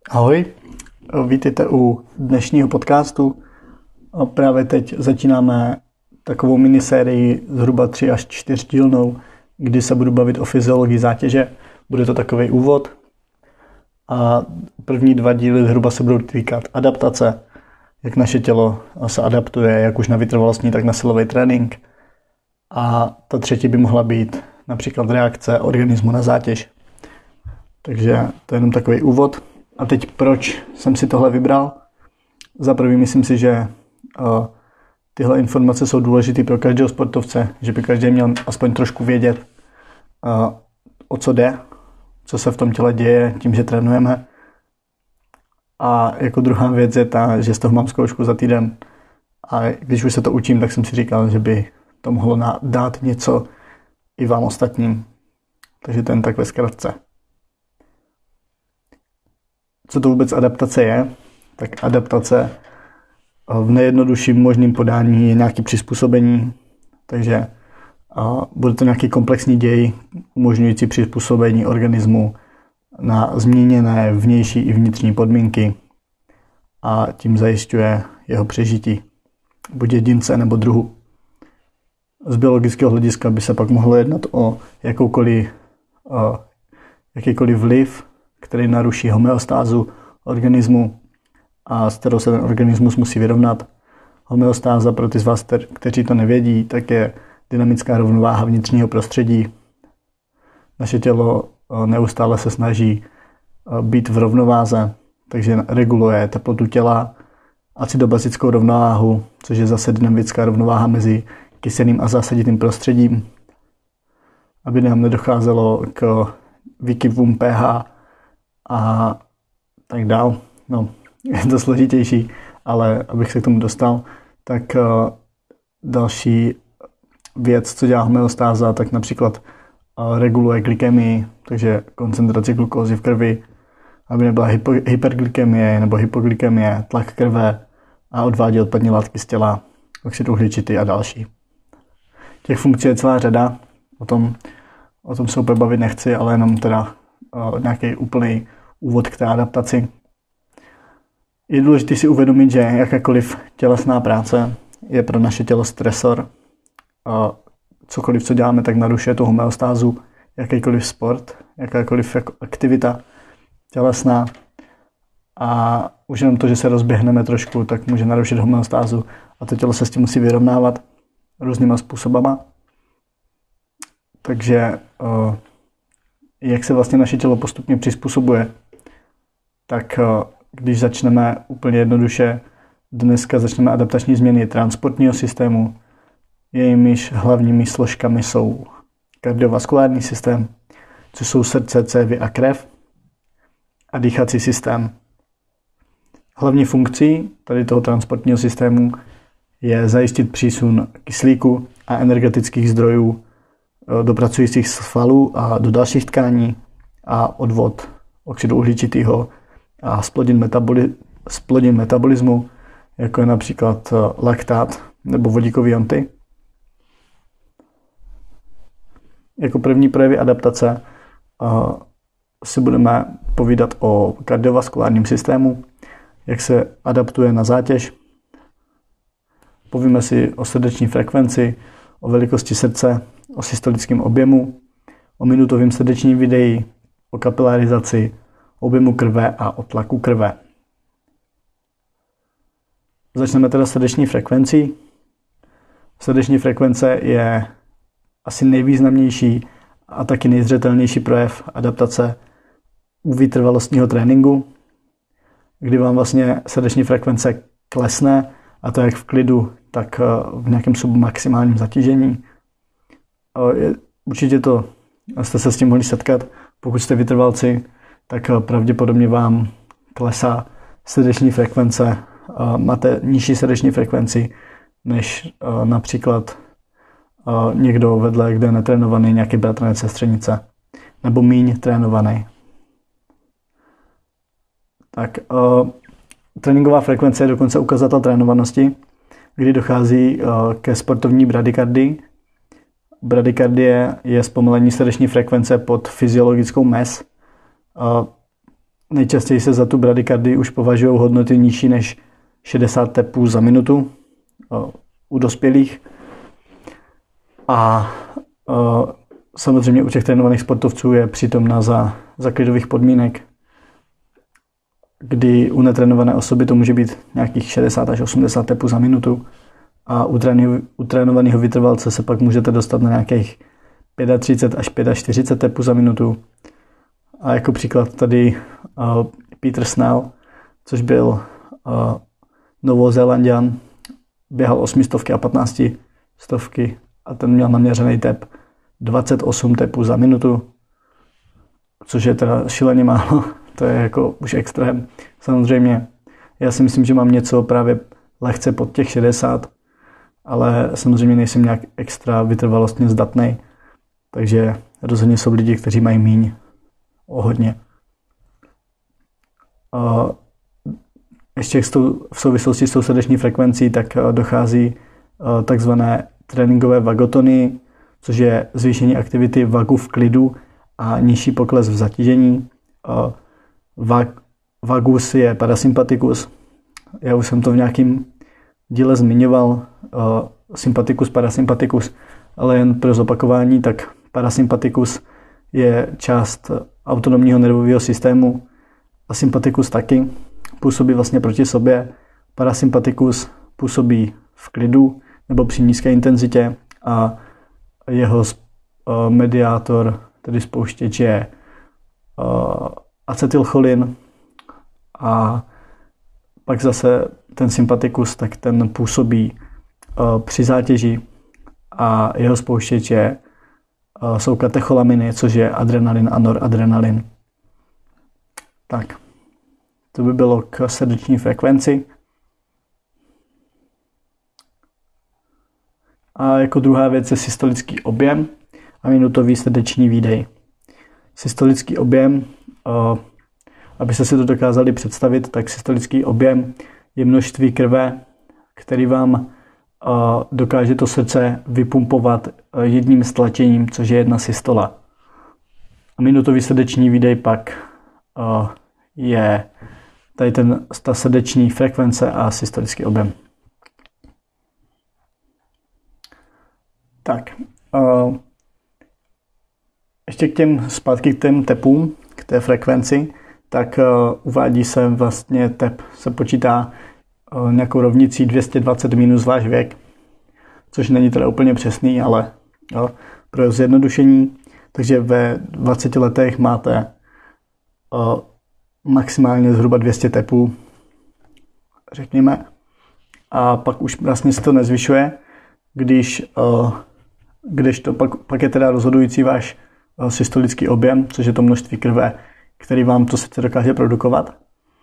Ahoj, vítejte u dnešního podcastu. Právě teď začínáme takovou minisérii zhruba 3 až 4 dílnou, kdy se budu bavit o fyziologii zátěže. Bude to takový úvod. A první 2 díly zhruba se budou týkat adaptace, jak naše tělo se adaptuje, jak už na vytrvalostní, tak na silový trénink. A ta třetí by mohla být například reakce organismu na zátěž. Takže to je jenom takový úvod. A teď proč jsem si tohle vybral? Za prvý myslím si, že tyhle informace jsou důležité pro každého sportovce, že by každý měl aspoň trošku vědět, o co jde, co se v tom těle děje tím, že trénujeme. A jako druhá věc je ta, že z toho mám zkoušku za týden a když už se to učím, tak jsem si říkal, že by to mohlo dát něco i vám ostatním. Takže to jen tak ve zkratce. Co to vůbec adaptace je? Tak adaptace v nejjednodušším možným podání je nějaké přizpůsobení, takže bude to nějaký komplexní děj umožňující přizpůsobení organismu na změněné vnější i vnitřní podmínky a tím zajišťuje jeho přežití, buď jedince nebo druhu. Z biologického hlediska by se pak mohlo jednat o jakýkoliv vliv, který naruší homeostázu organismu a s kterou se ten organismus musí vyrovnat. Homeostáza, pro ty z vás, kteří to nevědí, tak je dynamická rovnováha vnitřního prostředí. Naše tělo neustále se snaží být v rovnováze, takže reguluje teplotu těla, acidobazickou rovnováhu, což je zase dynamická rovnováha mezi kyselým a zásaditým prostředím, aby nám nedocházelo k výkyvům pH a tak dál. No, je to složitější, ale abych se k tomu dostal, tak další věc, co dělá homeostáza, tak například reguluje glykemii, takže koncentraci glukózy v krvi, aby nebyla hyperglykemie nebo hypoglykemie, tlak krve a odvádí odpadní látky z těla, oxid uhličitý a další. Těch funkcí je celá řada, o tom se úplně bavit nechci, ale jenom teda nějaký úplný úvod k té adaptaci. Je důležité si uvědomit, že jakákoliv tělesná práce je pro naše tělo stresor. Cokoliv, co děláme, tak narušuje tu homeostázu. Jakýkoliv sport, jakákoliv aktivita tělesná. A už jenom to, že se rozběhneme trošku, tak může narušit homeostázu. A to tělo se s tím musí vyrovnávat různýma způsobama. Takže jak se vlastně naše tělo postupně přizpůsobuje, tak když začneme úplně jednoduše, dneska začneme adaptační změny transportního systému, jejímiž hlavními složkami jsou kardiovaskulární systém, což jsou srdce, cévy a krev, a dýchací systém. Hlavní funkcí tady toho transportního systému je zajistit přísun kyslíku a energetických zdrojů do pracujících svalů a do dalších tkání a odvod oxidu uhličitého a zplodin metabolismu, jako je například laktát nebo vodíkový jonty. Jako první projevy adaptace si budeme povídat o kardiovaskulárním systému, jak se adaptuje na zátěž. Povíme si o srdeční frekvenci, o velikosti srdce, o systolickém objemu, o minutovém srdečním videí, o kapilarizaci, objemu krve a o tlaku krve. Začneme teda srdeční frekvencí. Srdeční frekvence je asi nejvýznamnější a taky nejzřetelnější projev adaptace u vytrvalostního tréninku, kdy vám vlastně srdeční frekvence klesne, a to jak v klidu, tak v nějakém submaximálním zatížení. Určitě jste se s tím mohli setkat. Pokud jste vytrvalci, tak pravděpodobně vám klesá srdeční frekvence. Máte nižší srdeční frekvenci než například někdo vedle, kde je netrénovaný, nějaký bratranec, sestřenice, nebo míň trénovaný. Tak tréninková frekvence je dokonce ukazatel trénovanosti, kdy dochází ke sportovní bradykardii. Bradykardie je zpomalení srdeční frekvence pod fyziologickou mez. nejčastěji se za tu bradykardii už považují hodnoty nižší než 60 tepů za minutu u dospělých. A samozřejmě u těch trénovaných sportovců je přítomná za klidových podmínek, kdy u netrénované osoby to může být nějakých 60 až 80 tepů za minutu a u trénovaného vytrvalce se pak můžete dostat na nějakých 35 až 45 tepů za minutu. A jako příklad tady Peter Snell, což byl Novozélanďan, běhal 800 a 1500 a ten měl naměřený tep 28 tepů za minutu, což je teda šíleně málo, to je jako už extrém. Samozřejmě já si myslím, že mám něco právě lehce pod těch 60, ale samozřejmě nejsem nějak extra vytrvalostně zdatný, takže rozhodně jsou lidi, kteří mají míň o hodně. Ještě v souvislosti s tou srdeční frekvencí tak dochází takzvané tréninkové vagotony, což je zvýšení aktivity vagu v klidu a nižší pokles v zatížení. Vagus je parasympatikus. Já už jsem to v nějakém díle zmiňoval. Sympatikus, parasympatikus, ale jen pro zopakování, tak parasympatikus je část autonomního nervového systému a sympatikus taky. Působí vlastně proti sobě. Parasympatikus působí v klidu nebo při nízké intenzitě a jeho mediátor, tedy spouštěč, je acetylcholin, a pak zase ten sympatikus, tak ten působí při zátěži a jeho spouštěč jsou katecholaminy, což je adrenalin a noradrenalin. Tak, to by bylo k srdeční frekvenci. A jako druhá věc je systolický objem a minutový srdeční výdej. Systolický objem, abyste si to dokázali představit, tak systolický objem je množství krve, který vám dokáže to srdce vypumpovat jedním stlačením, což je 1 systola. A minutový srdeční výdej pak je tady ta srdeční frekvence a systolický objem. Tak, ještě zpátky k těm tepům, k té frekvenci, tak uvádí se vlastně tep, se počítá nějakou rovnicí 220 minus váš věk, což není teda úplně přesný, ale pro zjednodušení. Takže ve 20 letech máte maximálně zhruba 200 tepů, řekněme. A pak už vlastně se to nezvyšuje, když to pak je teda rozhodující váš systolický objem, což je to množství krve, který vám to srdce dokáže produkovat.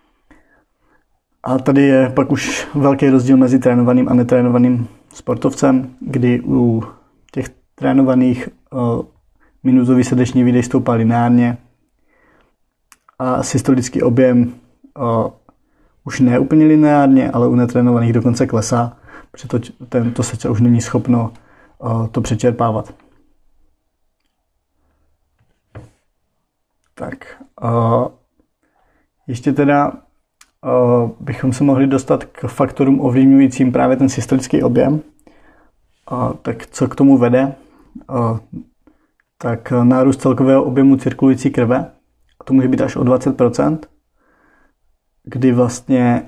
A tady je pak už velký rozdíl mezi trénovaným a netrénovaným sportovcem, kdy u těch trénovaných minutový srdeční výdej stoupá lineárně a systolický objem už ne úplně lineárně, ale u netrénovaných dokonce klesá, protože to srdce už není schopno to přečerpávat. Tak, ještě teda bychom se mohli dostat k faktorům ovlivňujícím právě ten systolický objem. Tak co k tomu vede? Tak nárůst celkového objemu cirkulující krve, a to může být až o 20%, kdy vlastně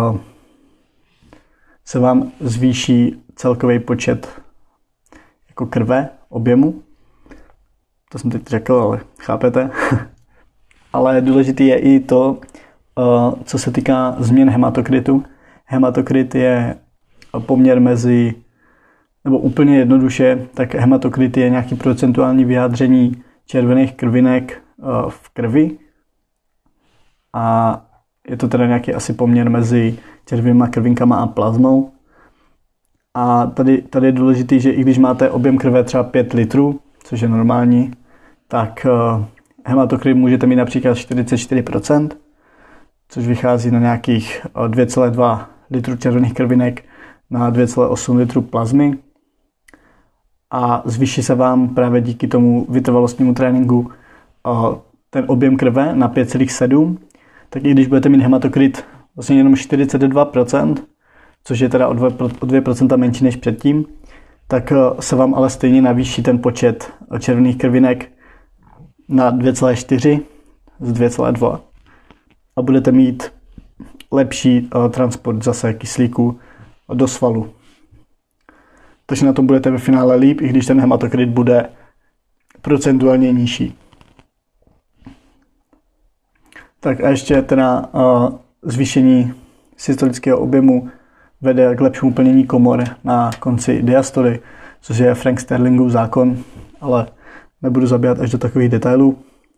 se vám zvýší celkový počet jako krve, objemu. To jsem teď řekl, ale chápete. Ale důležité je i to, co se týká změn hematokritu. Hematokrit je poměr mezi, nebo úplně jednoduše, tak hematokrit je nějaký procentuální vyjádření červených krvinek v krvi. A je to teda nějaký asi poměr mezi červenýma krvinkama a plazmou. A tady je důležité, že i když máte objem krve třeba 5 litrů, což je normální, tak hematokrit můžete mít například 44%, což vychází na nějakých 2,2 litru červených krvinek na 2,8 litru plazmy. A zvýší se vám právě díky tomu vytrvalostnímu tréninku ten objem krve na 5,7, tak i když budete mít hematokrit vlastně jenom 42%, což je teda o 2% menší než předtím, tak se vám ale stejně navýší ten počet červených krvinek na 2,4 z 2,2 a budete mít lepší transport zase kyslíku do svalu. Takže na tom budete ve finále líp, i když ten hematokrit bude procentuálně nižší. Tak a ještě teda zvýšení systolického objemu vede k lepšímu plnění komor na konci diastoly, což je Frank Sterlingův zákon, ale nebudu zabíhat až do takových detailů.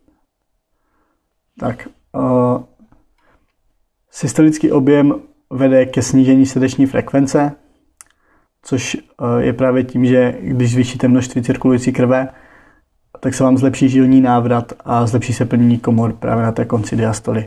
Tak, systolický objem vede ke snížení srdeční frekvence, což je právě tím, že když zvýšíte množství cirkulující krve, tak se vám zlepší žilní návrat a zlepší se plnění komor právě na té konci diastoly.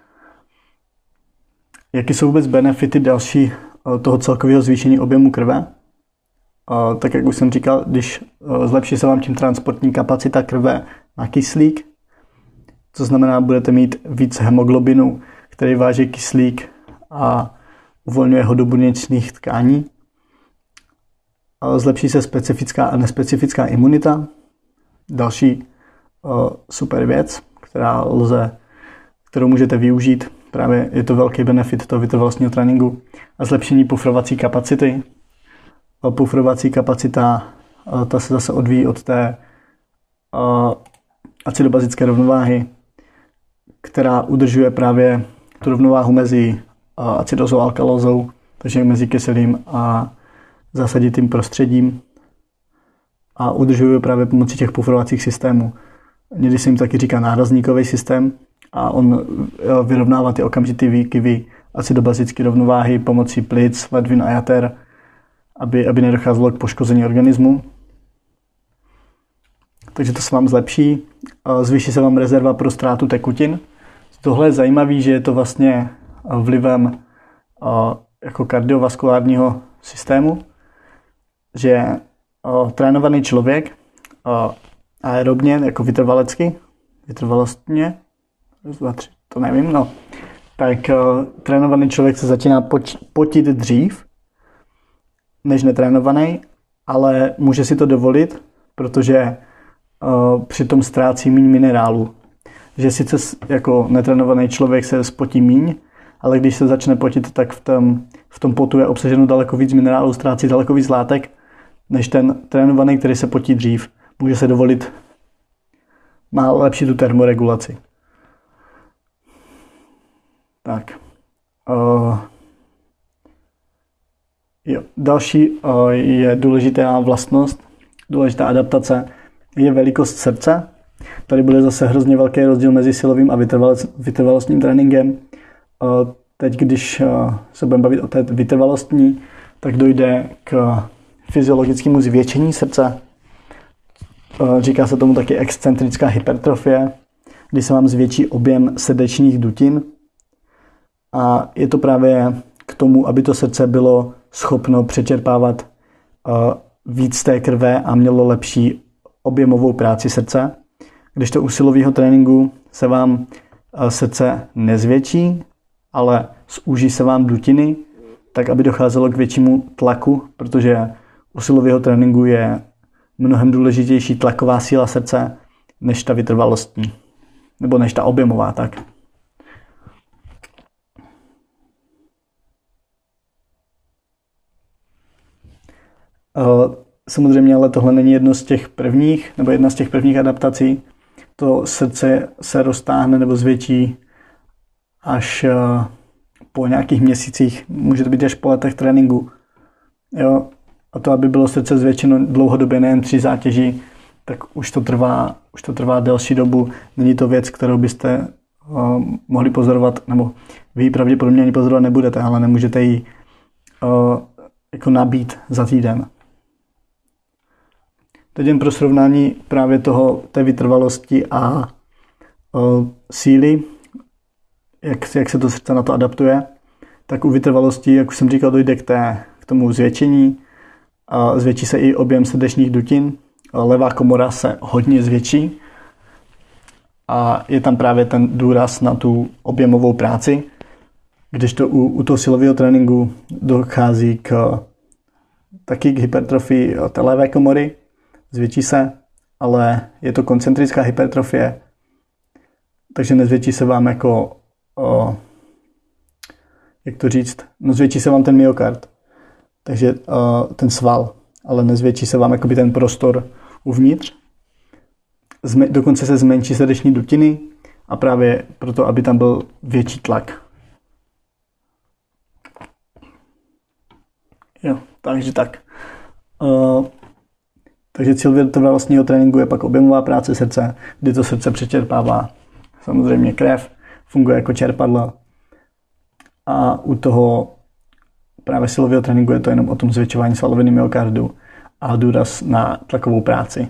Jaké jsou vůbec benefity další toho celkového zvýšení objemu krve? Tak jak už jsem říkal, když zlepší se vám tím transportní kapacita krve na kyslík, co znamená, budete mít víc hemoglobinu, který váží kyslík a uvolňuje ho do buněčných tkání. Zlepší se specifická a nespecifická imunita. Další super věc, kterou můžete využít. Právě je to velký benefit toho vytrvalostního tréninku. A zlepšení pufrovací kapacity. Pufrovací kapacita ta se zase odvíjí od té acidobazické rovnováhy, která udržuje právě tu rovnováhu mezi acidozou a alkalózou, takže mezi kyselým a zásaditým prostředím a udržuje právě pomocí těch pufrovacích systémů. Někdy se jim taky říká nárazníkový systém a on vyrovnává ty okamžitý výkyvy acidobazické rovnováhy pomocí plic, ledvin a jater, aby nedocházelo k poškození organismu. Takže to se vám zlepší. Zvýší se vám rezerva pro ztrátu tekutin. Tohle je zajímavé, že je to vlastně vlivem jako kardiovaskulárního systému, že trénovaný člověk aerobně, jako vytrvalostně, to nevím, no, tak trénovaný člověk se začíná potit dřív než netrénovaný, ale může si to dovolit, protože přitom ztrácí míň minerálu. Že sice jako netrénovaný člověk se spotí míň, ale když se začne potit, tak v tom potu je obsaženo daleko víc minerálů, ztrácí daleko víc látek, než ten trénovaný, který se potí dřív. Může se dovolit, má lepší tu termoregulaci. Tak. Další je důležitá vlastnost, důležitá adaptace, je velikost srdce. Tady bude zase hrozně velký rozdíl mezi silovým a vytrvalostním tréninkem. Teď, když se budeme bavit o té vytrvalostní, tak dojde k fyziologickému zvětšení srdce. Říká se tomu taky excentrická hypertrofie, kdy se vám zvětší objem srdečních dutin. A je to právě k tomu, aby to srdce bylo schopno přečerpávat víc té krve a mělo lepší objemovou práci srdce. Když to u silového tréninku se vám srdce nezvětší, ale zúží se vám dutiny, tak aby docházelo k většímu tlaku, protože u silového tréninku je mnohem důležitější tlaková síla srdce než ta vytrvalostní, nebo než ta objemová, tak. Samozřejmě, ale tohle není jedna z těch prvních adaptací. To srdce se roztáhne nebo zvětší až po nějakých měsících, může to být až po letech tréninku. Jo? A to, aby bylo srdce zvětšeno dlouhodobě, nejen při zátěži, tak už to trvá delší dobu. Není to věc, kterou byste mohli pozorovat, nebo vy ji pravděpodobně ani pozorovat nebudete, ale nemůžete ji jako nabít za týden. Teď jen pro srovnání právě té vytrvalosti a síly, jak se to srdce na to adaptuje, tak u vytrvalosti, jak už jsem říkal, dojde k tomu zvětšení. Zvětší se i objem srdečních dutin. Levá komora se hodně zvětší. a je tam právě ten důraz na tu objemovou práci, když to u toho silového tréninku dochází taky k hypertrofii té levé komory, zvětší se, ale je to koncentrická hypertrofie, takže nezvětší se vám jako, jak to říct, no zvětší se vám ten myokard, takže ten sval, ale nezvětší se vám jakoby ten prostor uvnitř. Dokonce se zmenší srdeční dutiny a právě proto, aby tam byl větší tlak. Jo, takže tak. Takže cíl vytrvalostního tréninku je pak objemová práce srdce, kdy to srdce přečerpává samozřejmě krev, funguje jako čerpadlo. A u toho právě silového tréninku je to jenom o tom zvětšování svaloviny myokardu a důraz na tlakovou práci.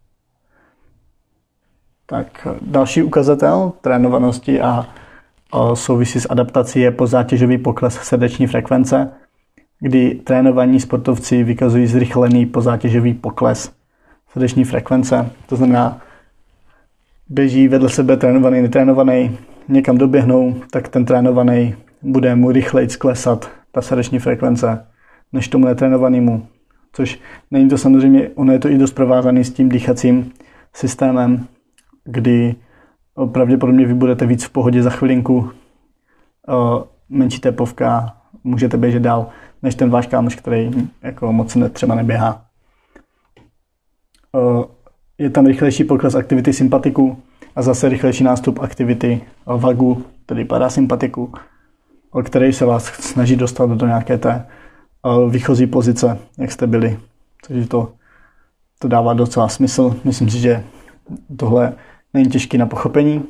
Tak další ukazatel trénovanosti a souvisí s adaptací je pozátěžový pokles srdeční frekvence, kdy trénovaní sportovci vykazují zrychlený pozátěžový pokles srdeční frekvence. To znamená, běží vedle sebe trénovaný, netrénovaný, někam doběhnou, tak ten trénovaný bude mu rychleji klesat ta srdeční frekvence než tomu netrénovanému. Což není to samozřejmě, ono je to i dost provázané s tím dýchacím systémem, kdy pravděpodobně vy budete víc v pohodě za chvilinku, menší tepovka, můžete běžet dál, než ten váš kámoš, který jako moc třeba neběhá. Je tam rychlejší pokles aktivity sympatiku a zase rychlejší nástup aktivity vagu, tedy parasympatiku, který se vás snaží dostat do nějaké té výchozí pozice, jak jste byli. Takže to dává docela smysl. Myslím si, že tohle není těžké na pochopení.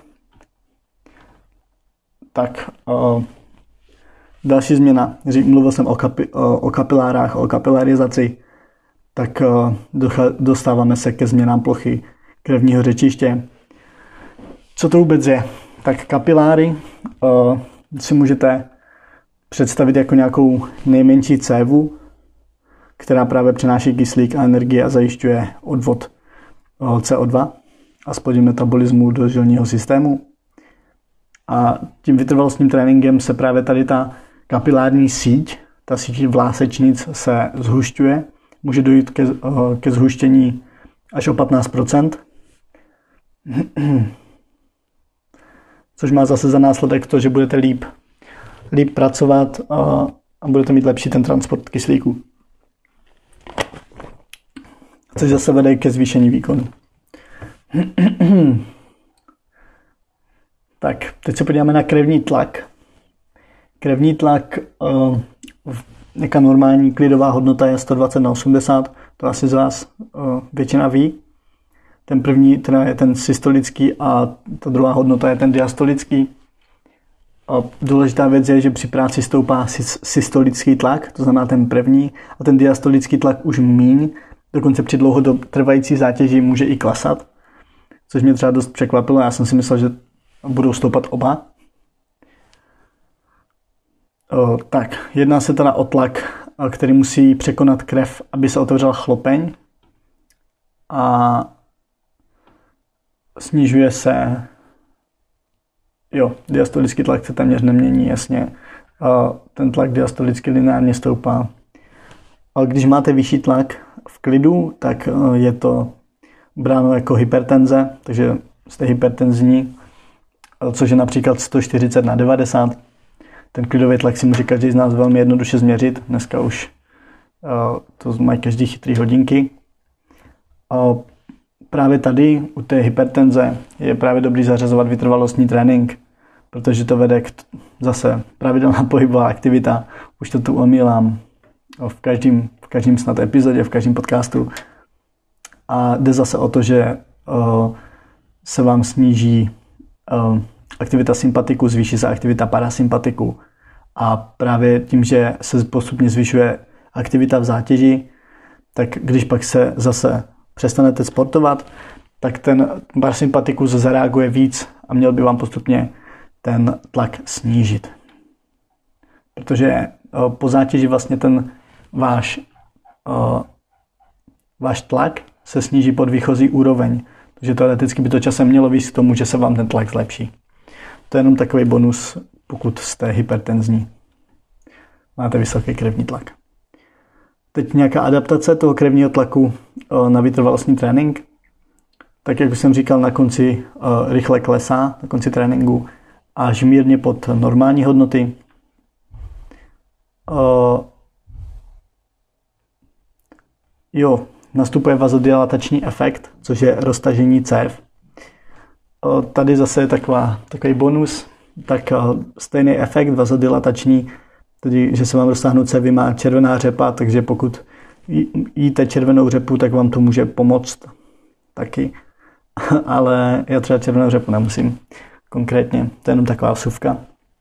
Tak další změna. Mluvil jsem o kapilárách, o kapilarizaci, tak dostáváme se ke změnám plochy krevního řečiště. Co to vůbec je? Tak kapiláry si můžete představit jako nějakou nejmenší cévu, která právě přenáší kyslík a energii a zajišťuje odvod CO2 a spodní metabolismu do žilního systému. A tím vytrvalostním tréninkem se právě tady ta kapilární síť, ta síť vlásečnic se zhušťuje. Může dojít ke zhuštění až o 15%. Což má zase za následek to, že budete líp pracovat a budete mít lepší ten transport kyslíku. Což zase vede ke zvýšení výkonu. Tak, teď se podíváme na krevní tlak. Krevní tlak, nějaká normální klidová hodnota je 120/80, to asi z vás většina ví. Ten první teda je ten systolický a ta druhá hodnota je ten diastolický. A důležitá věc je, že při práci stoupá systolický tlak, to znamená ten první, a ten diastolický tlak už míň, dokonce při dlouhotrvající zátěži může i klesat, což mě třeba dost překvapilo. Já jsem si myslel, že budou stoupat oba. Tak, jedná se teda o tlak, který musí překonat krev, aby se otevřel chlopeň a snižuje se, diastolický tlak se téměř nemění, jasně. Ten tlak diastolicky lineárně stoupá. Ale když máte vyšší tlak v klidu, tak je to bráno jako hypertenze, takže jste hypertenzní, což je například 140/90. Ten klidový tlak si může každý z nás velmi jednoduše změřit. Dneska už to mají každý chytrý hodinky. Právě tady u té hypertenze je právě dobrý zařazovat vytrvalostní trénink, protože to vede k zase pravidelná pohybová aktivita. Už to tu omílám v každém snad epizodě, v každém podcastu. A jde zase o to, že se vám sníží aktivita sympatiku, zvýší se aktivita parasympatiku. A právě tím, že se postupně zvyšuje aktivita v zátěži, tak když pak se zase přestanete sportovat, tak ten parasympatikus zareaguje víc a měl by vám postupně ten tlak snížit. Protože po zátěži vlastně ten váš tlak se sníží pod výchozí úroveň. Takže teoreticky by to časem mělo víc k tomu, že se vám ten tlak zlepší. To je jenom takový bonus, pokud jste hypertenzní. Máte vysoký krevní tlak. Teď nějaká adaptace toho krevního tlaku na vytrvalostní trénink. Tak jak už jsem říkal, na konci rychle klesá, na konci tréninku, až mírně pod normální hodnoty. Nastupuje vazodilatační efekt, což je roztažení cév. Tady zase je takový bonus, tak stejný efekt vazodilatační, tedy že se vám roztáhnou cévy, má červená řepa, takže pokud jíte červenou řepu, tak vám to může pomoct taky. Ale já třeba červenou řepu nemusím konkrétně, to je jenom taková vsuvka.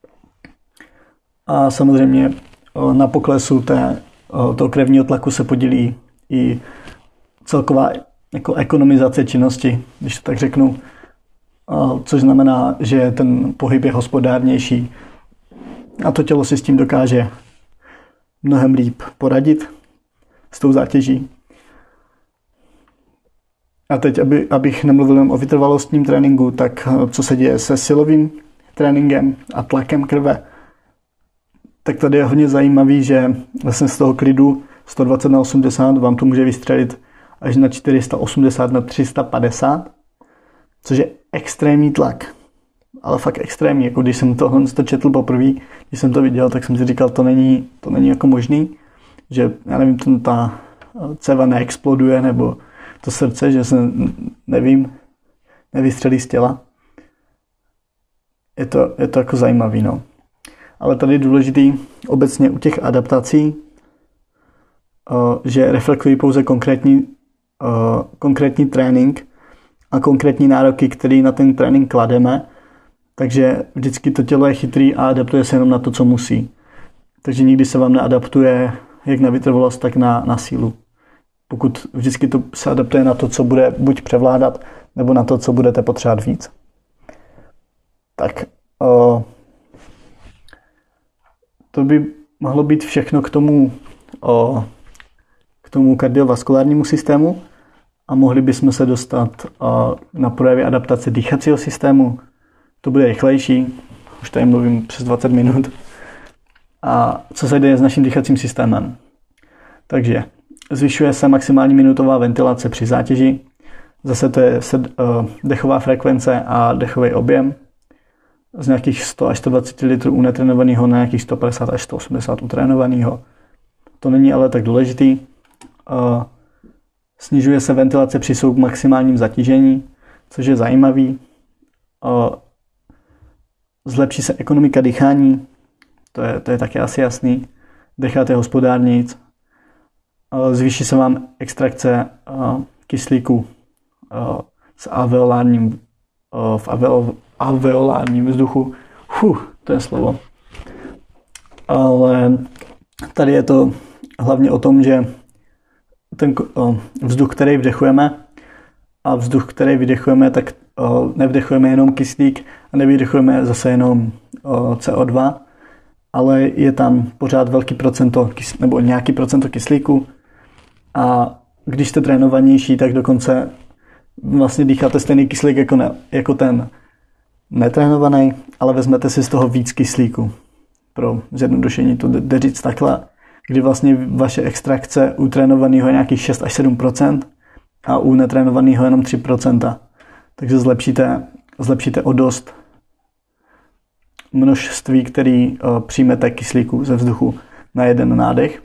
A samozřejmě na poklesu toho krevního tlaku se podílí i celková jako ekonomizace činnosti, když to tak řeknu, což znamená, že ten pohyb je hospodárnější a to tělo si s tím dokáže mnohem líp poradit s tou zátěží. A teď, abych nemluvil jen o vytrvalostním tréninku, tak co se děje se silovým tréninkem a tlakem krve, tak tady je hodně zajímavý, že vlastně z toho klidu 120 na 80 vám to může vystřelit až na 480 na 350, což je extrémní tlak. Ale fakt extrémní. Jako když jsem to četl poprvé, když jsem to viděl, tak jsem si říkal, to není jako možný, že já nevím, ta céva neexploduje, nebo to srdce, že se nevystřelí z těla. Je to jako zajímavý, no. Ale tady je důležitý obecně u těch adaptací, že reflektují pouze konkrétní trénink a konkrétní nároky, které na ten trénink klademe. Takže vždycky to tělo je chytrý a adaptuje se jenom na to, co musí. Takže nikdy se vám neadaptuje jak na vytrvalost, tak na sílu. Pokud vždycky to se adaptuje na to, co bude buď převládat, nebo na to, co budete potřebovat víc. Tak to by mohlo být všechno k tomu kardiovaskulárnímu systému a mohli bychom se dostat na projevy adaptace dýchacího systému. To bude rychlejší, už tady mluvím přes 20 minut. A co se děje s naším dýchacím systémem? Takže zvyšuje se maximální minutová ventilace při zátěži. Zase to je dechová frekvence a dechový objem. Z nějakých 100 až 120 litrů u netrénovaného na nějakých 150 až 180 u trénovaného. To není ale tak důležitý. Snižuje se ventilace při maximálním zatížení, což je zajímavý. Zlepší se ekonomika dýchání, to je taky asi jasný. Decháte hospodárnějc. Zvýší se vám extrakce kyslíku v alveolárním vzduchu. To je slovo. Ale tady je to hlavně o tom, že ten vzduch, který vdechujeme, a vzduch, který vydechujeme, tak nevdechujeme jenom kyslík a nevydechujeme zase jenom CO2, ale je tam pořád velký procento nebo nějaký procento kyslíku a když jste trénovanější, tak dokonce vlastně dýcháte stejný kyslík jako ten netrénovaný, ale vezmete si z toho víc kyslíku. Pro zjednodušení to jde říct takhle, kdy vlastně vaše extrakce u trénovaného je nějakých 6 až 7% a u netrénovaného jenom 3%. Takže zlepšíte o dost množství, který přijmete kyslíku ze vzduchu na jeden nádech.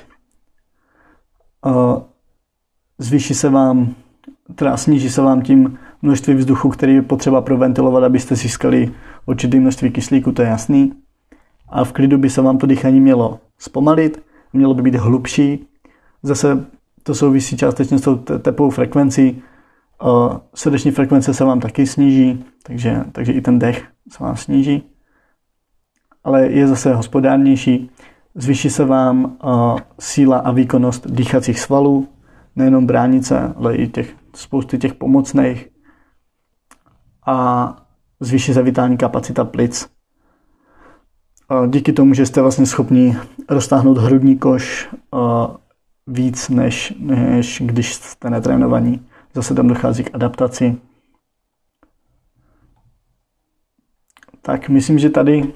Sníží se vám tím množství vzduchu, který je potřeba proventilovat, abyste získali určité množství kyslíku, to je jasný. A v klidu by se vám to dýchání mělo zpomalit, mělo by být hlubší. Zase to souvisí částečně s tou tepovou frekvencí. Srdeční frekvence se vám taky sníží, takže i ten dech se vám sníží. Ale je zase hospodárnější. Zvýší se vám síla a výkonnost dýchacích svalů, nejenom bránice, ale i spousty těch pomocných. A zvýší se vitální kapacita plic. Díky tomu, že jste vlastně schopni roztáhnout hrudní koš víc, než když jste netrénovaní. Zase tam dochází k adaptaci Tak myslím, že tady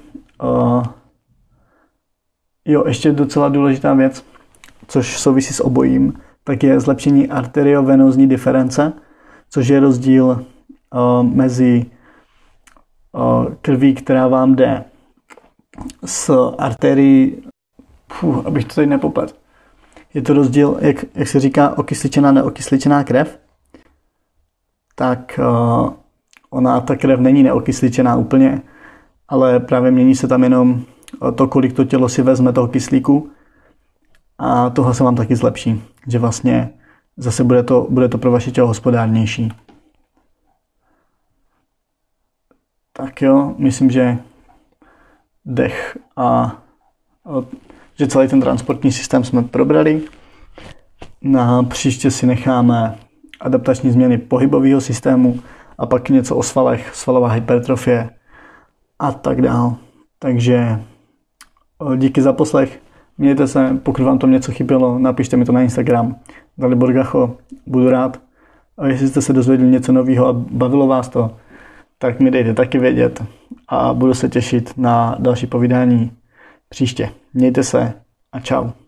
ještě docela důležitá věc, což souvisí s obojím, tak je zlepšení arteriovenózní diference, což je rozdíl mezi krví, která vám jde z arterií, abych to tady nepopletl. Je to rozdíl, jak se říká, okysličená, neokysličená krev, tak ta krev není neokysličená úplně, ale právě mění se tam jenom to, kolik to tělo si vezme toho kyslíku a tohle se vám taky zlepší, že vlastně zase bude to pro vaše tělo hospodárnější. Tak jo, myslím, že dech a že celý ten transportní systém jsme probrali. Na příště si necháme adaptační změny pohybového systému a pak něco o svalech, svalová hypertrofie a tak dál. Takže díky za poslech. Mějte se, pokud vám to něco chybělo, napište mi to na Instagram. Dalibor Gacho, budu rád. A jestli jste se dozvěděli něco nového a bavilo vás to, tak mi dejte taky vědět a budu se těšit na další povídání příště. Mějte se a čau.